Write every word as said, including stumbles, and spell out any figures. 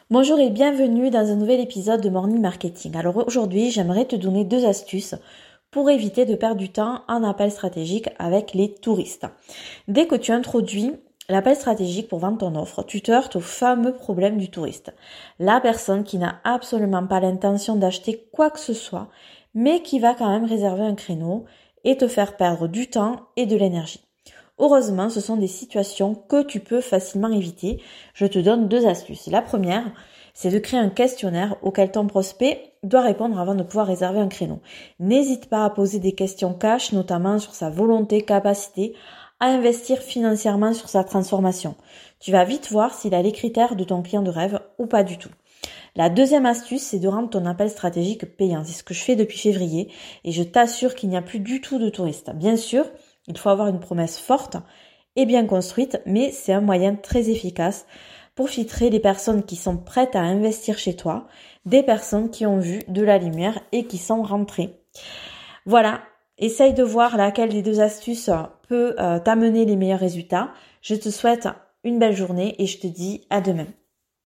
Bonjour et bienvenue dans un nouvel épisode de Morning Marketing. Alors aujourd'hui, j'aimerais te donner deux astuces pour éviter de perdre du temps en appel stratégique avec les touristes. Dès que tu introduis l'appel stratégique pour vendre ton offre, tu te heurtes au fameux problème du touriste. La personne qui n'a absolument pas l'intention d'acheter quoi que ce soit, mais qui va quand même réserver un créneau et te faire perdre du temps et de l'énergie. Heureusement, ce sont des situations que tu peux facilement éviter. Je te donne deux astuces. La première, c'est de créer un questionnaire auquel ton prospect doit répondre avant de pouvoir réserver un créneau. N'hésite pas à poser des questions cash, notamment sur sa volonté, capacité à investir financièrement sur sa transformation. Tu vas vite voir s'il a les critères de ton client de rêve ou pas du tout. La deuxième astuce, c'est de rendre ton appel stratégique payant. C'est ce que je fais depuis février et je t'assure qu'il n'y a plus du tout de touristes. Bien sûr, il faut avoir une promesse forte et bien construite, mais c'est un moyen très efficace pour filtrer les personnes qui sont prêtes à investir chez toi, des personnes qui ont vu de la lumière et qui sont rentrées. Voilà, essaye de voir laquelle des deux astuces peut euh, t'amener les meilleurs résultats. Je te souhaite une belle journée et je te dis à demain.